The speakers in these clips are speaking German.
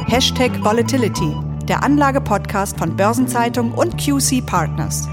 #Volatility, der Anlage-Podcast von Börsenzeitung und QC Partners.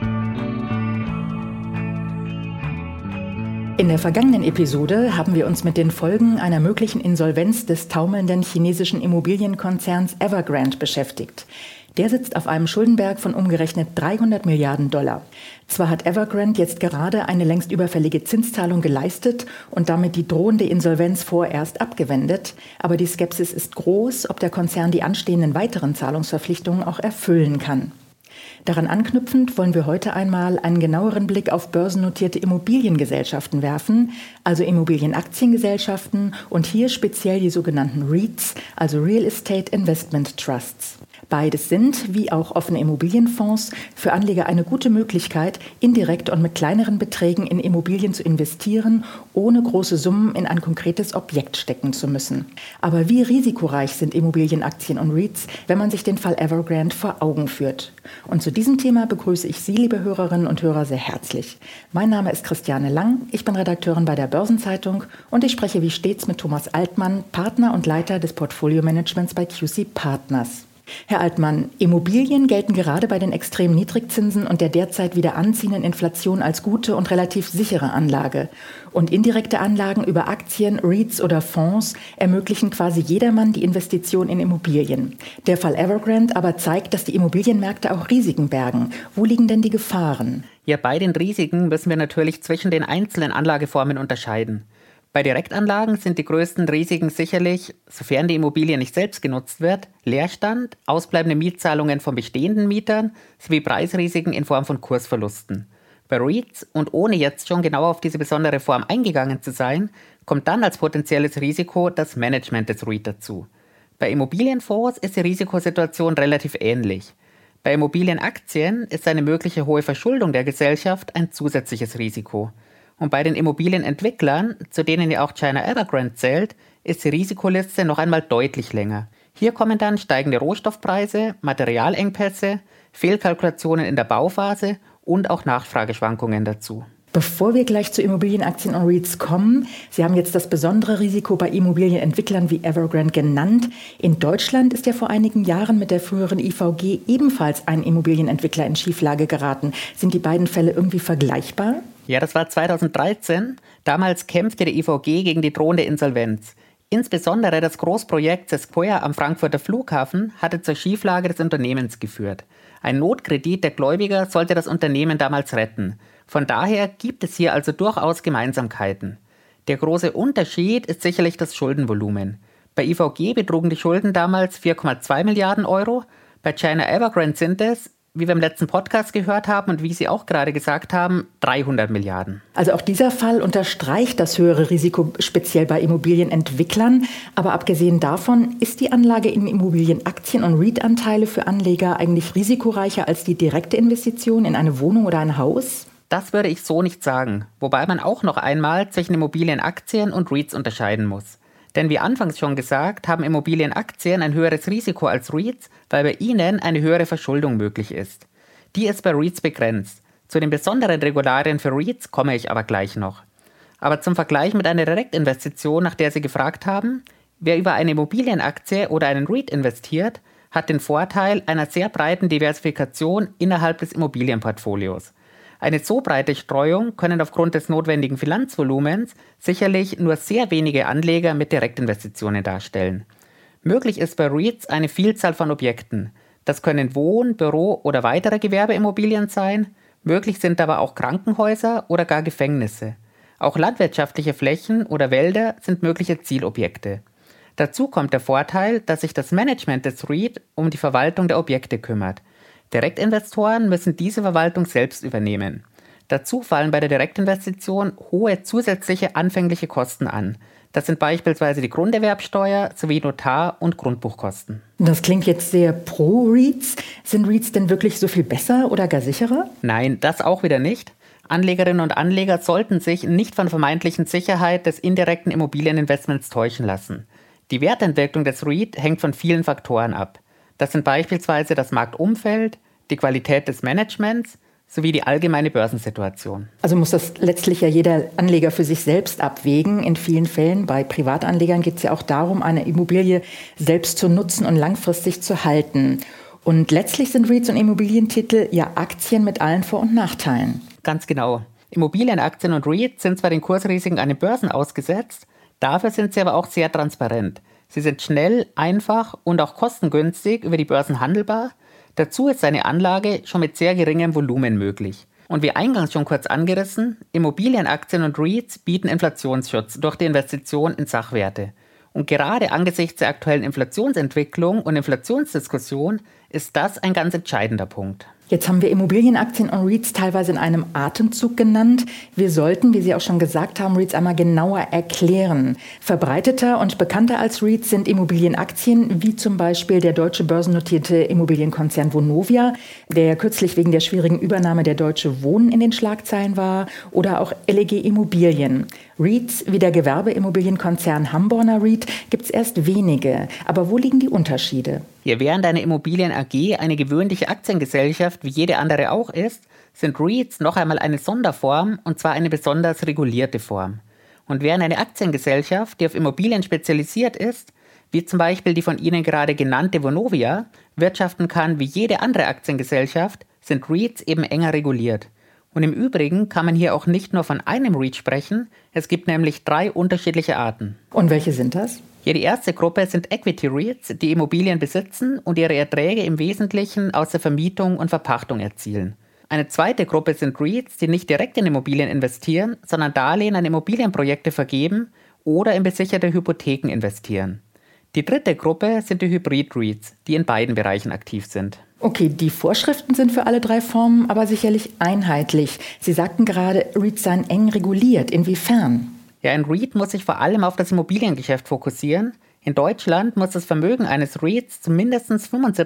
In der vergangenen Episode haben wir uns mit den Folgen einer möglichen Insolvenz des taumelnden chinesischen Immobilienkonzerns Evergrande beschäftigt. Der sitzt auf einem Schuldenberg von umgerechnet 300 Milliarden $. Zwar hat Evergrande jetzt gerade eine längst überfällige Zinszahlung geleistet und damit die drohende Insolvenz vorerst abgewendet, aber die Skepsis ist groß, ob der Konzern die anstehenden weiteren Zahlungsverpflichtungen auch erfüllen kann. Daran anknüpfend wollen wir heute einmal einen genaueren Blick auf börsennotierte Immobiliengesellschaften werfen, also Immobilienaktiengesellschaften und hier speziell die sogenannten REITs, also Real Estate Investment Trusts. Beides sind, wie auch offene Immobilienfonds, für Anleger eine gute Möglichkeit, indirekt und mit kleineren Beträgen in Immobilien zu investieren, ohne große Summen in ein konkretes Objekt stecken zu müssen. Aber wie risikoreich sind Immobilienaktien und REITs, wenn man sich den Fall Evergrande vor Augen führt? Und zu diesem Thema begrüße ich Sie, liebe Hörerinnen und Hörer, sehr herzlich. Mein Name ist Christiane Lang, ich bin Redakteurin bei der Börsenzeitung und ich spreche wie stets mit Thomas Altmann, Partner und Leiter des Portfolio-Managements bei QC Partners. Herr Altmann, Immobilien gelten gerade bei den extrem Niedrigzinsen und der derzeit wieder anziehenden Inflation als gute und relativ sichere Anlage. Und indirekte Anlagen über Aktien, REITs oder Fonds ermöglichen quasi jedermann die Investition in Immobilien. Der Fall Evergrande aber zeigt, dass die Immobilienmärkte auch Risiken bergen. Wo liegen denn die Gefahren? Ja, bei den Risiken müssen wir natürlich zwischen den einzelnen Anlageformen unterscheiden. Bei Direktanlagen sind die größten Risiken sicherlich, sofern die Immobilie nicht selbst genutzt wird, Leerstand, ausbleibende Mietzahlungen von bestehenden Mietern sowie Preisrisiken in Form von Kursverlusten. Bei REITs und ohne jetzt schon genau auf diese besondere Form eingegangen zu sein, kommt dann als potenzielles Risiko das Management des REIT dazu. Bei Immobilienfonds ist die Risikosituation relativ ähnlich. Bei Immobilienaktien ist eine mögliche hohe Verschuldung der Gesellschaft ein zusätzliches Risiko. Und bei den Immobilienentwicklern, zu denen ja auch China Evergrande zählt, ist die Risikoliste noch einmal deutlich länger. Hier kommen dann steigende Rohstoffpreise, Materialengpässe, Fehlkalkulationen in der Bauphase und auch Nachfrageschwankungen dazu. Bevor wir gleich zu Immobilienaktien und REITs kommen, Sie haben jetzt das besondere Risiko bei Immobilienentwicklern wie Evergrande genannt. In Deutschland ist ja vor einigen Jahren mit der früheren IVG ebenfalls ein Immobilienentwickler in Schieflage geraten. Sind die beiden Fälle irgendwie vergleichbar? Ja, das war 2013. Damals kämpfte die IVG gegen die drohende Insolvenz. Insbesondere das Großprojekt Sequoia am Frankfurter Flughafen hatte zur Schieflage des Unternehmens geführt. Ein Notkredit der Gläubiger sollte das Unternehmen damals retten. Von daher gibt es hier also durchaus Gemeinsamkeiten. Der große Unterschied ist sicherlich das Schuldenvolumen. Bei IVG betrugen die Schulden damals 4,2 Milliarden Euro. Bei China Evergrande sind es, wie wir im letzten Podcast gehört haben und wie Sie auch gerade gesagt haben, 300 Milliarden. Also auch dieser Fall unterstreicht das höhere Risiko speziell bei Immobilienentwicklern. Aber abgesehen davon, ist die Anlage in Immobilienaktien und REIT-Anteile für Anleger eigentlich risikoreicher als die direkte Investition in eine Wohnung oder ein Haus? Das würde ich so nicht sagen, wobei man auch noch einmal zwischen Immobilienaktien und REITs unterscheiden muss. Denn wie anfangs schon gesagt, haben Immobilienaktien ein höheres Risiko als REITs, weil bei ihnen eine höhere Verschuldung möglich ist. Die ist bei REITs begrenzt. Zu den besonderen Regularien für REITs komme ich aber gleich noch. Aber zum Vergleich mit einer Direktinvestition, nach der Sie gefragt haben, wer über eine Immobilienaktie oder einen REIT investiert, hat den Vorteil einer sehr breiten Diversifikation innerhalb des Immobilienportfolios. Eine so breite Streuung können aufgrund des notwendigen Finanzvolumens sicherlich nur sehr wenige Anleger mit Direktinvestitionen darstellen. Möglich ist bei REITs eine Vielzahl von Objekten. Das können Wohn-, Büro- oder weitere Gewerbeimmobilien sein. Möglich sind aber auch Krankenhäuser oder gar Gefängnisse. Auch landwirtschaftliche Flächen oder Wälder sind mögliche Zielobjekte. Dazu kommt der Vorteil, dass sich das Management des REIT um die Verwaltung der Objekte kümmert. Direktinvestoren müssen diese Verwaltung selbst übernehmen. Dazu fallen bei der Direktinvestition hohe zusätzliche anfängliche Kosten an. Das sind beispielsweise die Grunderwerbsteuer sowie Notar- und Grundbuchkosten. Das klingt jetzt sehr pro REITs. Sind REITs denn wirklich so viel besser oder gar sicherer? Nein, das auch wieder nicht. Anlegerinnen und Anleger sollten sich nicht von vermeintlichen Sicherheit des indirekten Immobilieninvestments täuschen lassen. Die Wertentwicklung des REIT hängt von vielen Faktoren ab. Das sind beispielsweise das Marktumfeld, die Qualität des Managements sowie die allgemeine Börsensituation. Also muss das letztlich ja jeder Anleger für sich selbst abwägen. In vielen Fällen, bei Privatanlegern, geht es ja auch darum, eine Immobilie selbst zu nutzen und langfristig zu halten. Und letztlich sind REITs und Immobilientitel ja Aktien mit allen Vor- und Nachteilen. Ganz genau. Immobilienaktien und REITs sind zwar den Kursrisiken an den Börsen ausgesetzt, dafür sind sie aber auch sehr transparent. Sie sind schnell, einfach und auch kostengünstig über die Börsen handelbar. Dazu ist eine Anlage schon mit sehr geringem Volumen möglich. Und wie eingangs schon kurz angerissen, Immobilienaktien und REITs bieten Inflationsschutz durch die Investition in Sachwerte. Und gerade angesichts der aktuellen Inflationsentwicklung und Inflationsdiskussion ist das ein ganz entscheidender Punkt. Jetzt haben wir Immobilienaktien und REITs teilweise in einem Atemzug genannt. Wir sollten, wie Sie auch schon gesagt haben, REITs einmal genauer erklären. Verbreiteter und bekannter als REITs sind Immobilienaktien, wie zum Beispiel der deutsche börsennotierte Immobilienkonzern Vonovia, der kürzlich wegen der schwierigen Übernahme der Deutsche Wohnen in den Schlagzeilen war, oder auch LEG Immobilien. REITs wie der Gewerbeimmobilienkonzern Hamborner REIT gibt es erst wenige. Aber wo liegen die Unterschiede? Ja, während eine Immobilien AG eine gewöhnliche Aktiengesellschaft wie jede andere auch ist, sind REITs noch einmal eine Sonderform, und zwar eine besonders regulierte Form. Und während eine Aktiengesellschaft, die auf Immobilien spezialisiert ist, wie zum Beispiel die von Ihnen gerade genannte Vonovia, wirtschaften kann wie jede andere Aktiengesellschaft, sind REITs eben enger reguliert. Und im Übrigen kann man hier auch nicht nur von einem REIT sprechen, es gibt nämlich 3 unterschiedliche Arten. Und welche sind das? Ja, die erste Gruppe sind Equity REITs, die Immobilien besitzen und ihre Erträge im Wesentlichen aus der Vermietung und Verpachtung erzielen. Eine zweite Gruppe sind REITs, die nicht direkt in Immobilien investieren, sondern Darlehen an Immobilienprojekte vergeben oder in besicherte Hypotheken investieren. Die dritte Gruppe sind die Hybrid-REITs, die in beiden Bereichen aktiv sind. Okay, die Vorschriften sind für alle 3 Formen aber sicherlich einheitlich. Sie sagten gerade, REITs seien eng reguliert. Inwiefern? Ja, ein REIT muss sich vor allem auf das Immobiliengeschäft fokussieren. In Deutschland muss das Vermögen eines REITs zu mindestens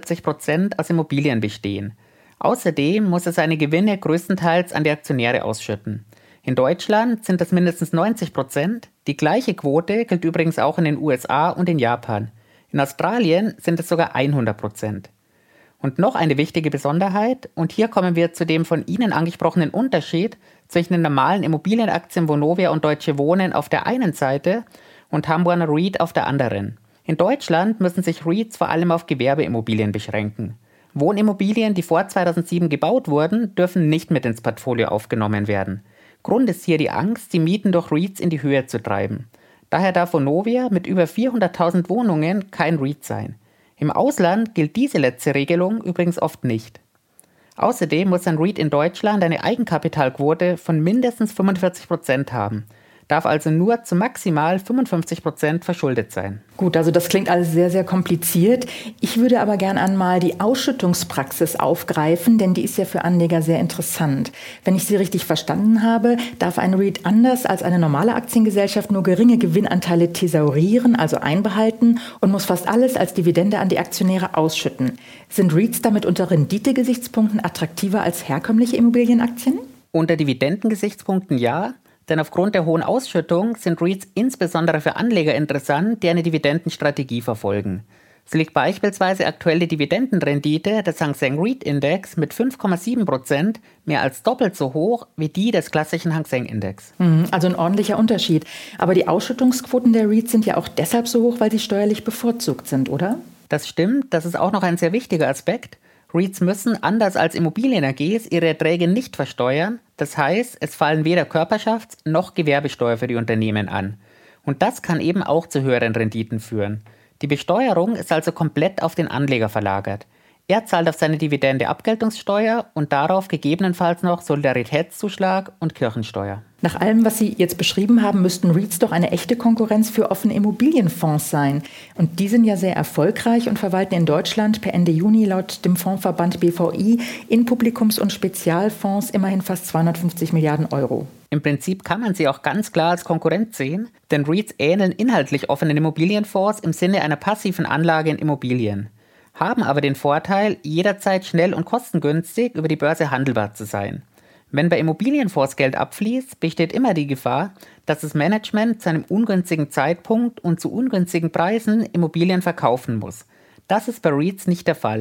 75% aus Immobilien bestehen. Außerdem muss es seine Gewinne größtenteils an die Aktionäre ausschütten. In Deutschland sind das mindestens 90%. Die gleiche Quote gilt übrigens auch in den USA und in Japan. In Australien sind es sogar 100%. Und noch eine wichtige Besonderheit, und hier kommen wir zu dem von Ihnen angesprochenen Unterschied zwischen den normalen Immobilienaktien Vonovia und Deutsche Wohnen auf der einen Seite und Hamborner REIT auf der anderen. In Deutschland müssen sich REITs vor allem auf Gewerbeimmobilien beschränken. Wohnimmobilien, die vor 2007 gebaut wurden, dürfen nicht mit ins Portfolio aufgenommen werden. Grund ist hier die Angst, die Mieten durch REITs in die Höhe zu treiben. Daher darf Vonovia mit über 400.000 Wohnungen kein REIT sein. Im Ausland gilt diese letzte Regelung übrigens oft nicht. Außerdem muss ein REIT in Deutschland eine Eigenkapitalquote von mindestens 45% haben, darf also nur zu maximal 55% verschuldet sein. Gut, also das klingt alles sehr, sehr kompliziert. Ich würde aber gern einmal die Ausschüttungspraxis aufgreifen, denn die ist ja für Anleger sehr interessant. Wenn ich Sie richtig verstanden habe, darf ein REIT anders als eine normale Aktiengesellschaft nur geringe Gewinnanteile thesaurieren, also einbehalten, und muss fast alles als Dividende an die Aktionäre ausschütten. Sind REITs damit unter Renditegesichtspunkten attraktiver als herkömmliche Immobilienaktien? Unter Dividendengesichtspunkten ja. Denn aufgrund der hohen Ausschüttung sind REITs insbesondere für Anleger interessant, die eine Dividendenstrategie verfolgen. So liegt beispielsweise aktuell die Dividendenrendite des Hang Seng REIT Index mit 5,7% mehr als doppelt so hoch wie die des klassischen Hang Seng Index. Also ein ordentlicher Unterschied. Aber die Ausschüttungsquoten der REITs sind ja auch deshalb so hoch, weil sie steuerlich bevorzugt sind, oder? Das stimmt, das ist auch noch ein sehr wichtiger Aspekt. REITs müssen, anders als Immobilien-AGs, ihre Erträge nicht versteuern. Das heißt, es fallen weder Körperschafts- noch Gewerbesteuer für die Unternehmen an. Und das kann eben auch zu höheren Renditen führen. Die Besteuerung ist also komplett auf den Anleger verlagert. Er zahlt auf seine Dividende Abgeltungssteuer und darauf gegebenenfalls noch Solidaritätszuschlag und Kirchensteuer. Nach allem, was Sie jetzt beschrieben haben, müssten REITs doch eine echte Konkurrenz für offene Immobilienfonds sein. Und die sind ja sehr erfolgreich und verwalten in Deutschland per Ende Juni laut dem Fondsverband BVI in Publikums- und Spezialfonds immerhin fast 250 Milliarden Euro. Im Prinzip kann man sie auch ganz klar als Konkurrent sehen, denn REITs ähneln inhaltlich offenen Immobilienfonds im Sinne einer passiven Anlage in Immobilien, haben aber den Vorteil, jederzeit schnell und kostengünstig über die Börse handelbar zu sein. Wenn bei Immobilienfonds Geld abfließt, besteht immer die Gefahr, dass das Management zu einem ungünstigen Zeitpunkt und zu ungünstigen Preisen Immobilien verkaufen muss. Das ist bei REITs nicht der Fall.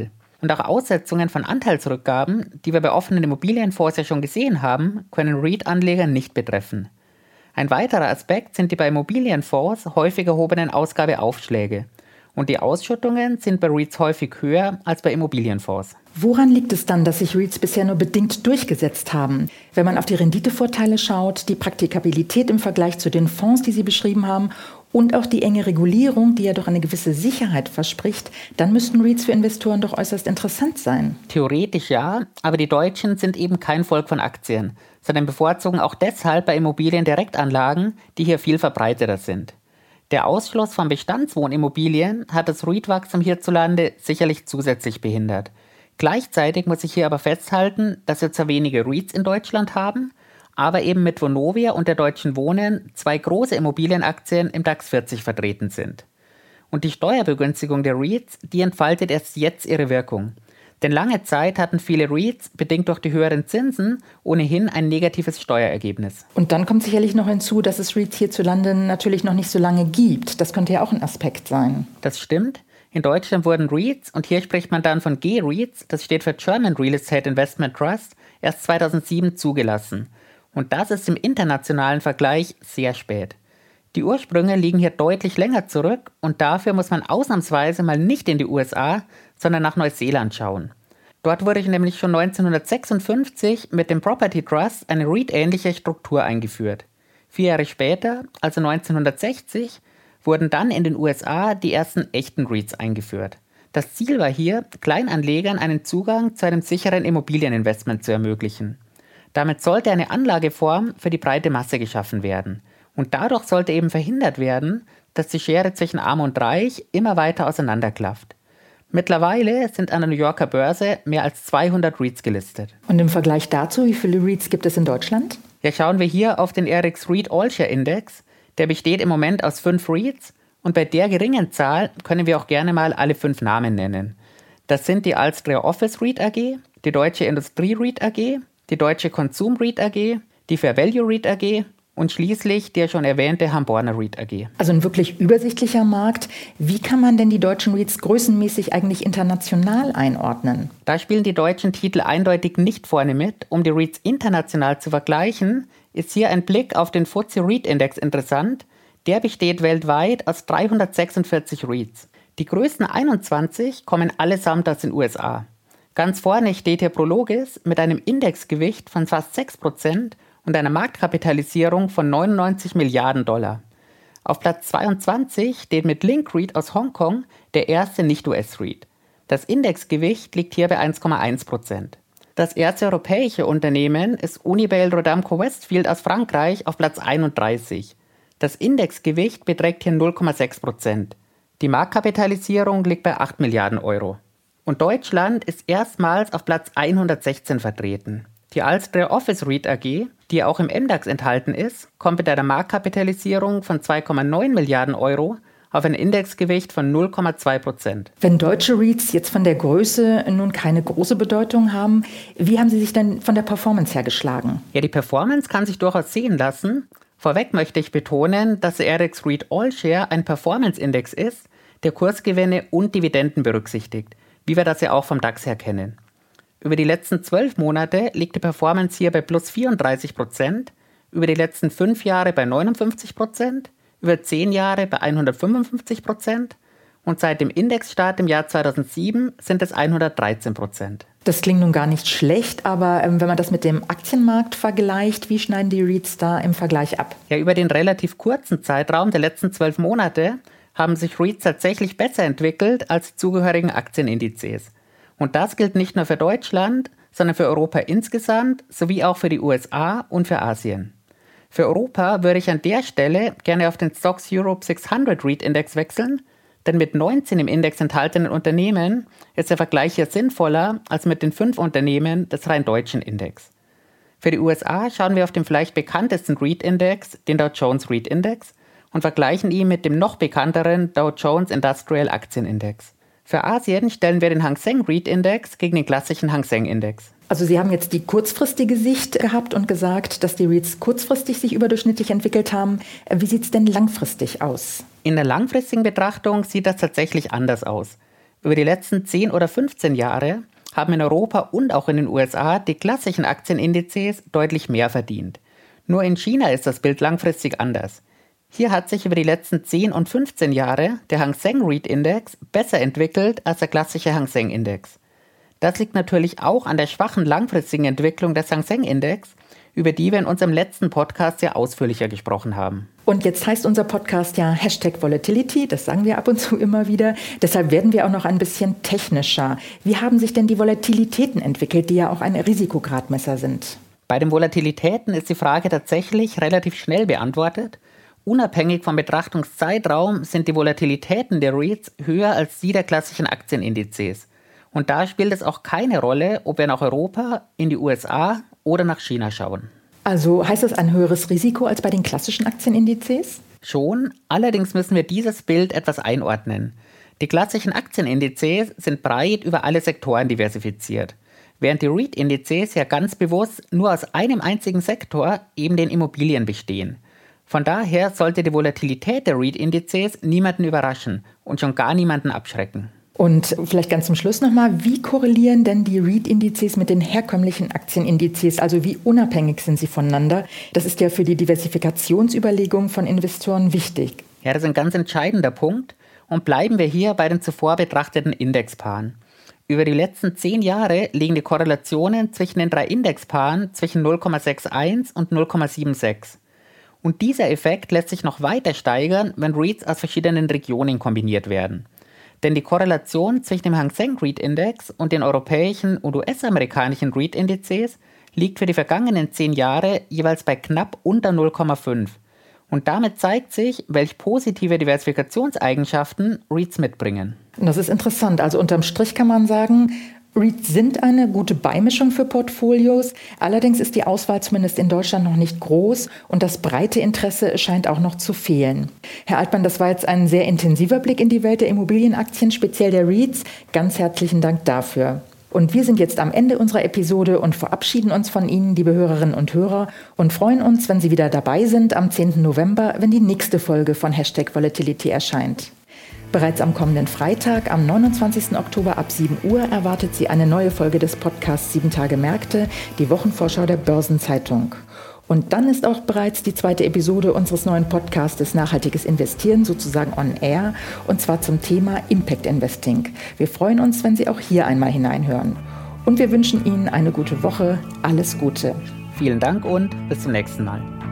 Und auch Aussetzungen von Anteilsrückgaben, die wir bei offenen Immobilienfonds ja schon gesehen haben, können REIT-Anleger nicht betreffen. Ein weiterer Aspekt sind die bei Immobilienfonds häufig erhobenen Ausgabeaufschläge. Und die Ausschüttungen sind bei REITs häufig höher als bei Immobilienfonds. Woran liegt es dann, dass sich REITs bisher nur bedingt durchgesetzt haben? Wenn man auf die Renditevorteile schaut, die Praktikabilität im Vergleich zu den Fonds, die Sie beschrieben haben, und auch die enge Regulierung, die ja doch eine gewisse Sicherheit verspricht, dann müssten REITs für Investoren doch äußerst interessant sein. Theoretisch ja, aber die Deutschen sind eben kein Volk von Aktien, sondern bevorzugen auch deshalb bei Immobilien Direktanlagen, die hier viel verbreiteter sind. Der Ausschluss von Bestandswohnimmobilien hat das REIT-Wachstum hierzulande sicherlich zusätzlich behindert. Gleichzeitig muss ich hier aber festhalten, dass wir zwar wenige REITs in Deutschland haben, aber eben mit Vonovia und der Deutschen Wohnen 2 große Immobilienaktien im DAX 40 vertreten sind. Und die Steuerbegünstigung der REITs, die entfaltet erst jetzt ihre Wirkung. Denn lange Zeit hatten viele REITs, bedingt durch die höheren Zinsen, ohnehin ein negatives Steuerergebnis. Und dann kommt sicherlich noch hinzu, dass es REITs hierzulande natürlich noch nicht so lange gibt. Das könnte ja auch ein Aspekt sein. Das stimmt. In Deutschland wurden REITs, und hier spricht man dann von G-REITs, das steht für German Real Estate Investment Trust, erst 2007 zugelassen. Und das ist im internationalen Vergleich sehr spät. Die Ursprünge liegen hier deutlich länger zurück und dafür muss man ausnahmsweise mal nicht in die USA, sondern nach Neuseeland schauen. Dort wurde nämlich schon 1956 mit dem Property Trust eine REIT-ähnliche Struktur eingeführt. 4 Jahre später, also 1960, wurden dann in den USA die ersten echten REITs eingeführt. Das Ziel war hier, Kleinanlegern einen Zugang zu einem sicheren Immobilieninvestment zu ermöglichen. Damit sollte eine Anlageform für die breite Masse geschaffen werden. Und dadurch sollte eben verhindert werden, dass die Schere zwischen Arm und Reich immer weiter auseinanderklafft. Mittlerweile sind an der New Yorker Börse mehr als 200 REITs gelistet. Und im Vergleich dazu, wie viele REITs gibt es in Deutschland? Ja, schauen wir hier auf den RX REIT All-Share Index. Der besteht im Moment aus 5 REITs und bei der geringen Zahl können wir auch gerne mal alle 5 Namen nennen. Das sind die Alstria Office REIT AG, die Deutsche Industrie REIT AG, die Deutsche Konsum REIT AG, die Fair Value REIT AG und schließlich der schon erwähnte Hamborner REIT AG. Also ein wirklich übersichtlicher Markt. Wie kann man denn die deutschen REITs größenmäßig eigentlich international einordnen? Da spielen die deutschen Titel eindeutig nicht vorne mit. Um die REITs international zu vergleichen, ist hier ein Blick auf den FTSE REIT Index interessant. Der besteht weltweit aus 346 REITs. Die größten 21 kommen allesamt aus den USA. Ganz vorne steht hier Prologis mit einem Indexgewicht von fast 6% und einer Marktkapitalisierung von 99 Milliarden $. Auf Platz 22 steht mit Link REIT aus Hongkong der erste Nicht-US-REIT. Das Indexgewicht liegt hier bei 1,1%. Das erste europäische Unternehmen ist Unibail-Rodamco-Westfield aus Frankreich auf Platz 31. Das Indexgewicht beträgt hier 0,6%. Die Marktkapitalisierung liegt bei 8 Milliarden €. Und Deutschland ist erstmals auf Platz 116 vertreten. Die Alstria Office REIT AG, die auch im MDAX enthalten ist, kommt mit einer Marktkapitalisierung von 2,9 Milliarden € auf ein Indexgewicht von 0,2%. Wenn deutsche REITs jetzt von der Größe nun keine große Bedeutung haben, wie haben sie sich denn von der Performance her geschlagen? Ja, die Performance kann sich durchaus sehen lassen. Vorweg möchte ich betonen, dass der RX REIT All-Share ein Performance-Index ist, der Kursgewinne und Dividenden berücksichtigt, wie wir das ja auch vom DAX her kennen. Über die letzten 12 Monate liegt die Performance hier bei plus 34%, über die letzten 5 Jahre bei 59%, über 10 Jahre bei 155% und seit dem Indexstart im Jahr 2007 sind es 113%. Das klingt nun gar nicht schlecht, aber wenn man das mit dem Aktienmarkt vergleicht, wie schneiden die REITs da im Vergleich ab? Ja, über den relativ kurzen Zeitraum der letzten 12 Monate haben sich REITs tatsächlich besser entwickelt als die zugehörigen Aktienindizes. Und das gilt nicht nur für Deutschland, sondern für Europa insgesamt, sowie auch für die USA und für Asien. Für Europa würde ich an der Stelle gerne auf den Stoxx Europe 600 REIT Index wechseln, denn mit 19 im Index enthaltenen Unternehmen ist der Vergleich hier sinnvoller als mit den 5 Unternehmen des rein deutschen Index. Für die USA schauen wir auf den vielleicht bekanntesten REIT-Index, den Dow Jones REIT Index, und vergleichen ihn mit dem noch bekannteren Dow Jones Industrial Aktienindex. Für Asien stellen wir den Hang Seng REIT Index gegen den klassischen Hang Seng Index. Also Sie haben jetzt die kurzfristige Sicht gehabt und gesagt, dass die REITs kurzfristig sich überdurchschnittlich entwickelt haben. Wie sieht es denn langfristig aus? In der langfristigen Betrachtung sieht das tatsächlich anders aus. Über die letzten 10 oder 15 Jahre haben in Europa und auch in den USA die klassischen Aktienindizes deutlich mehr verdient. Nur in China ist das Bild langfristig anders. Hier hat sich über die letzten 10 und 15 Jahre der Hang Seng REIT Index besser entwickelt als der klassische Hang Seng Index. Das liegt natürlich auch an der schwachen langfristigen Entwicklung des Hang Seng Index, über die wir in unserem letzten Podcast sehr ausführlicher gesprochen haben. Und jetzt heißt unser Podcast ja #Volatility, das sagen wir ab und zu immer wieder. Deshalb werden wir auch noch ein bisschen technischer. Wie haben sich denn die Volatilitäten entwickelt, die ja auch ein Risikogradmesser sind? Bei den Volatilitäten ist die Frage tatsächlich relativ schnell beantwortet. Unabhängig vom Betrachtungszeitraum sind die Volatilitäten der REITs höher als die der klassischen Aktienindizes. Und da spielt es auch keine Rolle, ob wir nach Europa, in die USA oder nach China schauen. Also heißt das ein höheres Risiko als bei den klassischen Aktienindizes? Schon, allerdings müssen wir dieses Bild etwas einordnen. Die klassischen Aktienindizes sind breit über alle Sektoren diversifiziert, während die REIT-Indizes ja ganz bewusst nur aus einem einzigen Sektor, eben den Immobilien, bestehen. Von daher sollte die Volatilität der REIT-Indizes niemanden überraschen und schon gar niemanden abschrecken. Und vielleicht ganz zum Schluss nochmal, wie korrelieren denn die REIT-Indizes mit den herkömmlichen Aktienindizes? Also wie unabhängig sind sie voneinander? Das ist ja für die Diversifikationsüberlegung von Investoren wichtig. Ja, das ist ein ganz entscheidender Punkt. Und bleiben wir hier bei den zuvor betrachteten Indexpaaren. Über die letzten 10 Jahre liegen die Korrelationen zwischen den 3 Indexpaaren zwischen 0,61 und 0,76. Und dieser Effekt lässt sich noch weiter steigern, wenn REITs aus verschiedenen Regionen kombiniert werden. Denn die Korrelation zwischen dem Hang Seng REIT Index und den europäischen und US-amerikanischen REIT Indizes liegt für die vergangenen 10 Jahre jeweils bei knapp unter 0,5. Und damit zeigt sich, welche positive Diversifikationseigenschaften REITs mitbringen. Das ist interessant. Also unterm Strich kann man sagen, REITs sind eine gute Beimischung für Portfolios. Allerdings ist die Auswahl zumindest in Deutschland noch nicht groß und das breite Interesse scheint auch noch zu fehlen. Herr Altmann, das war jetzt ein sehr intensiver Blick in die Welt der Immobilienaktien, speziell der REITs. Ganz herzlichen Dank dafür. Und wir sind jetzt am Ende unserer Episode und verabschieden uns von Ihnen, liebe Hörerinnen und Hörer, und freuen uns, wenn Sie wieder dabei sind am 10. November, wenn die nächste Folge von #Volatility erscheint. Bereits am kommenden Freitag, am 29. Oktober ab 7 Uhr, erwartet Sie eine neue Folge des Podcasts 7 Tage Märkte, die Wochenvorschau der Börsenzeitung. Und dann ist auch bereits die 2. Episode unseres neuen Podcastes Nachhaltiges Investieren sozusagen on air, und zwar zum Thema Impact Investing. Wir freuen uns, wenn Sie auch hier einmal hineinhören. Und wir wünschen Ihnen eine gute Woche. Alles Gute. Vielen Dank und bis zum nächsten Mal.